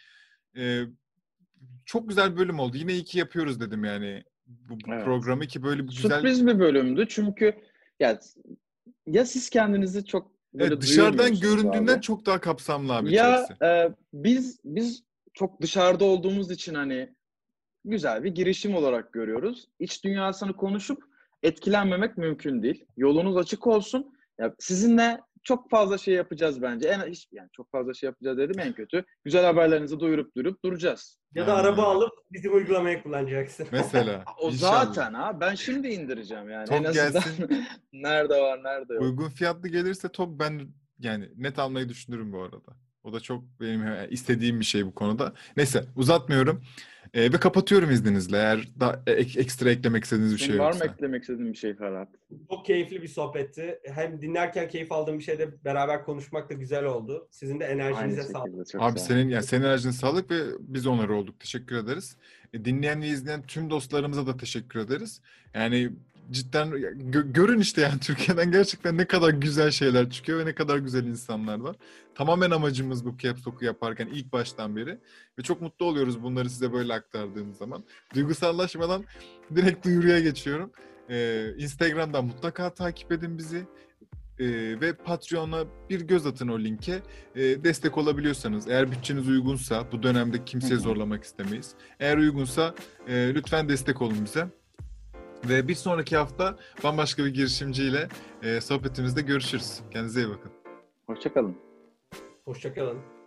Çok güzel bir bölüm oldu. Yine iyi ki yapıyoruz dedim yani bu Evet. programı ki böyle bir güzel... Sürpriz bir bölümdü çünkü ya siz kendinizi çok böyle dışarıdan duyurmuyorsunuz göründüğünden abi. çok daha kapsamlı abi Ya içerisi. biz çok dışarıda olduğumuz için hani güzel bir girişim olarak görüyoruz. İç dünyasını konuşup etkilenmemek mümkün değil. Yolunuz açık olsun. Ya sizinle çok fazla şey yapacağız bence. Yani çok fazla şey yapacağız dedim en kötü. Güzel haberlerinizi duyurup duracağız. Ya da araba alıp bizim uygulamayı kullanacaksın. Mesela. O İnşallah. zaten ben şimdi indireceğim yani. Tok en azından gelsin. nerede var nerede yok. Uygun fiyatlı gelirse TOG ben yani net almayı düşünürüm bu arada. O da çok benim istediğim bir şey bu konuda. Neyse uzatmıyorum. Ve kapatıyorum izninizle eğer daha ekstra eklemek istediğiniz bir Senin şey var yoksa. mı eklemek istediğin bir şey Ferhat? Çok keyifli bir sohbetti. Hem dinlerken keyif aldığım bir şeyde beraber konuşmak da güzel oldu. Sizin de enerjinize Aynı sağlık. şekilde çok Abi sağ ol. senin enerjine sağlık ve biz onur olduk. Teşekkür ederiz. Dinleyen ve izleyen tüm dostlarımıza da teşekkür ederiz. Yani cidden görün işte yani Türkiye'den gerçekten ne kadar güzel şeyler çıkıyor ve ne kadar güzel insanlar var. Tamamen amacımız bu Caps Talk'u yaparken ilk baştan beri ve çok mutlu oluyoruz bunları size böyle aktardığım zaman. Duygusallaşmadan direkt duyuruya geçiyorum. Instagram'dan mutlaka takip edin bizi. Ve Patreon'a bir göz atın o linke. Destek olabiliyorsanız, eğer bütçeniz uygunsa, bu dönemde kimseye zorlamak istemeyiz. Eğer uygunsa lütfen destek olun bize. Ve bir sonraki hafta bambaşka bir girişimciyle sohbetimizde görüşürüz. Kendinize iyi bakın. Hoşça kalın. Hoşça kalın.